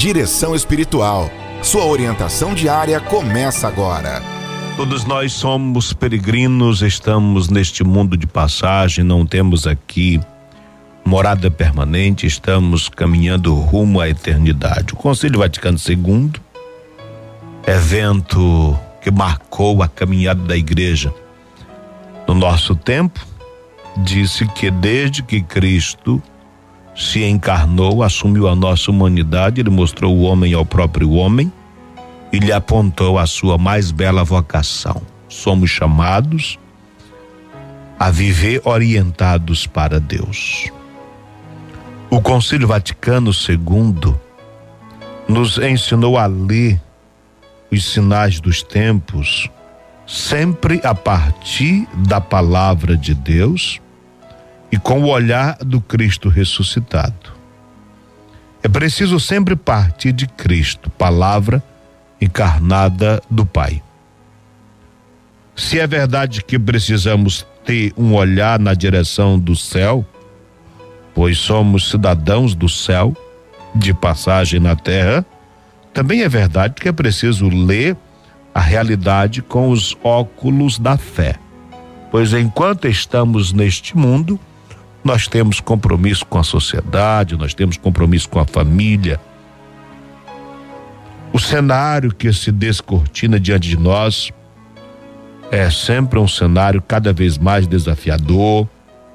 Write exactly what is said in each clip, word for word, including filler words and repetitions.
Direção Espiritual. Sua orientação diária começa agora. Todos nós somos peregrinos, estamos neste mundo de passagem, não temos aqui morada permanente, estamos caminhando rumo à eternidade. O Concílio Vaticano segundo, evento que marcou a caminhada da igreja no nosso tempo, disse que desde que Cristo se encarnou, assumiu a nossa humanidade, ele mostrou o homem ao próprio homem e lhe apontou a sua mais bela vocação. Somos chamados a viver orientados para Deus. O Concílio Vaticano segundo nos ensinou a ler os sinais dos tempos sempre a partir da palavra de Deus e com o olhar do Cristo ressuscitado. É preciso sempre partir de Cristo, palavra encarnada do Pai. Se é verdade que precisamos ter um olhar na direção do céu, pois somos cidadãos do céu, de passagem na terra, também é verdade que é preciso ler a realidade com os óculos da fé, pois enquanto estamos neste mundo, nós temos compromisso com a sociedade, nós temos compromisso com a família. O cenário que se descortina diante de nós é sempre um cenário cada vez mais desafiador.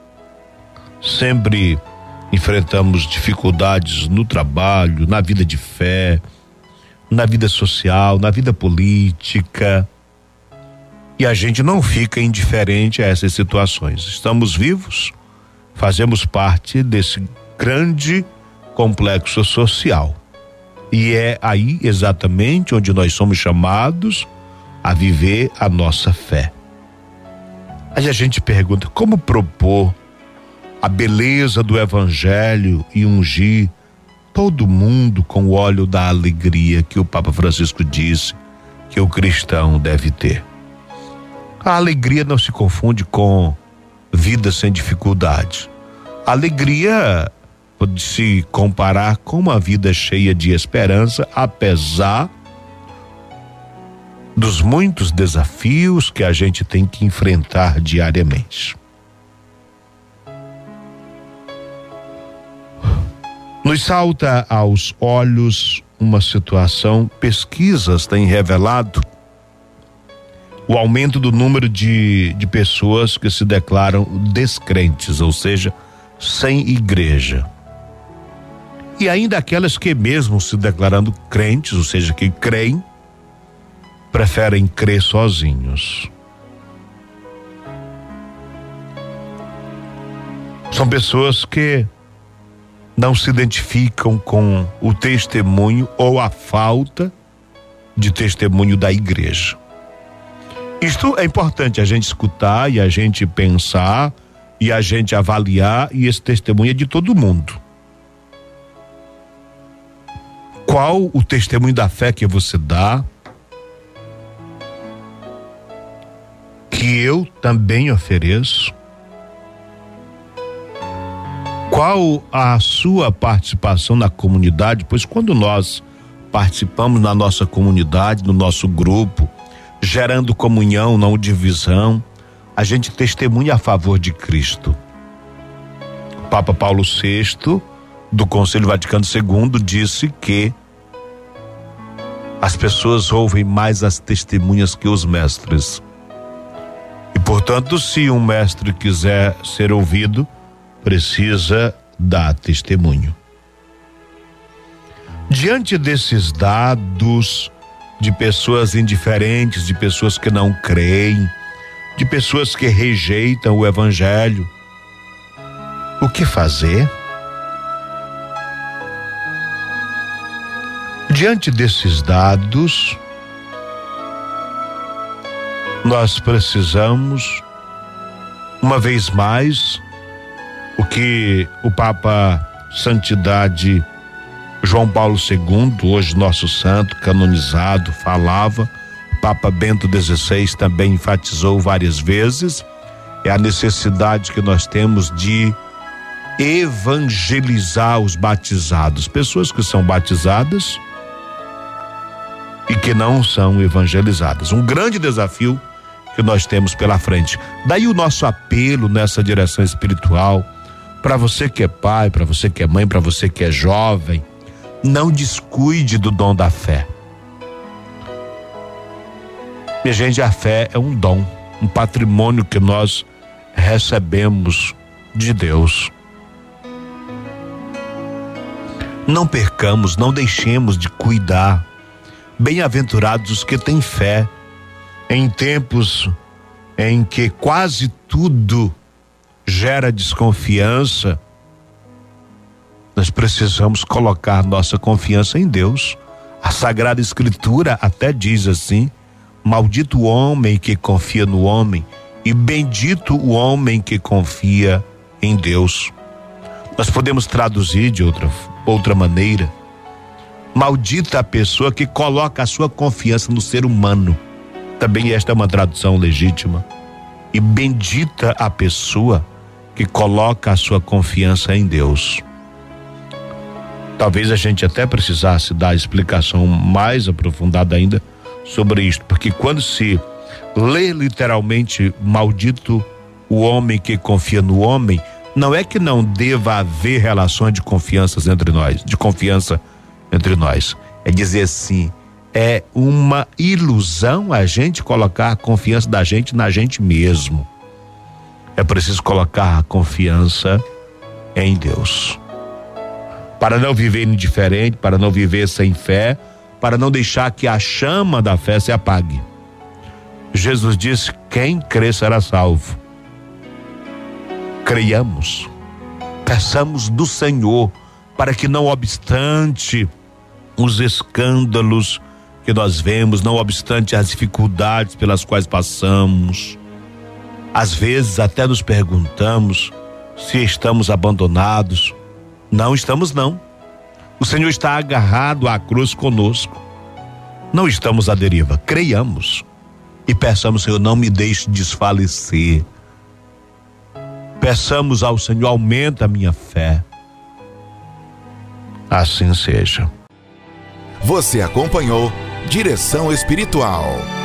Sempre enfrentamos dificuldades no trabalho, na vida de fé, na vida social, na vida política. E a gente não fica indiferente a essas situações. Estamos vivos, fazemos parte desse grande complexo social. E é aí exatamente onde nós somos chamados a viver a nossa fé. Aí a gente pergunta, como propor a beleza do evangelho e ungir todo mundo com o óleo da alegria que o Papa Francisco disse que o cristão deve ter? A alegria não se confunde com vida sem dificuldades. A alegria pode se comparar com uma vida cheia de esperança, apesar dos muitos desafios que a gente tem que enfrentar diariamente. Nos salta aos olhos uma situação, pesquisas têm revelado o aumento do número de, de pessoas que se declaram descrentes, ou seja, sem igreja. E ainda aquelas que mesmo se declarando crentes, ou seja, que creem, preferem crer sozinhos. São pessoas que não se identificam com o testemunho ou a falta de testemunho da igreja. Isto é importante a gente escutar e a gente pensar e a gente avaliar, e esse testemunho é de todo mundo. Qual o testemunho da fé que você dá, que eu também ofereço? Qual a sua participação na comunidade? Pois quando nós participamos na nossa comunidade, no nosso grupo, gerando comunhão, não divisão, a gente testemunha a favor de Cristo. O Papa Paulo sexto, do Concílio Vaticano segundo, disse que as pessoas ouvem mais as testemunhas que os mestres. E, portanto, se um mestre quiser ser ouvido, precisa dar testemunho. Diante desses dados de pessoas indiferentes, de pessoas que não creem, de pessoas que rejeitam o evangelho, o que fazer? Diante desses dados, nós precisamos, uma vez mais, o que o Papa Santidade João Paulo segundo, hoje nosso santo, canonizado, falava, Papa Bento dezesseis também enfatizou várias vezes, é a necessidade que nós temos de evangelizar os batizados, pessoas que são batizadas e que não são evangelizadas. Um grande desafio que nós temos pela frente. Daí o nosso apelo nessa direção espiritual, para você que é pai, para você que é mãe, para você que é jovem, não descuide do dom da fé. Minha gente, a fé é um dom, um patrimônio que nós recebemos de Deus. Não percamos, não deixemos de cuidar. Bem-aventurados os que têm fé. Em tempos em que quase tudo gera desconfiança, nós precisamos colocar nossa confiança em Deus. A Sagrada Escritura até diz assim: maldito o homem que confia no homem e bendito o homem que confia em Deus. Nós podemos traduzir de outra, outra maneira: maldita a pessoa que coloca a sua confiança no ser humano. Também esta é uma tradução legítima. E bendita a pessoa que coloca a sua confiança em Deus. Talvez a gente até precisasse dar explicação mais aprofundada ainda sobre isto, porque quando se lê literalmente maldito o homem que confia no homem, não é que não deva haver relações de confiança entre nós, de confiança entre nós. É dizer assim, é uma ilusão a gente colocar a confiança da gente na gente mesmo. É preciso colocar a confiança em Deus. Para não viver indiferente, para não viver sem fé, para não deixar que a chama da fé se apague. Jesus disse: quem crê será salvo. Creiamos, peçamos do Senhor para que, não obstante os escândalos que nós vemos, não obstante as dificuldades pelas quais passamos, às vezes até nos perguntamos se estamos abandonados. Não estamos, não. O Senhor está agarrado à cruz conosco. Não estamos à deriva. Creiamos e peçamos: Senhor, não me deixe desfalecer. Peçamos ao Senhor: aumenta a minha fé. Assim seja. Você acompanhou Direção Espiritual.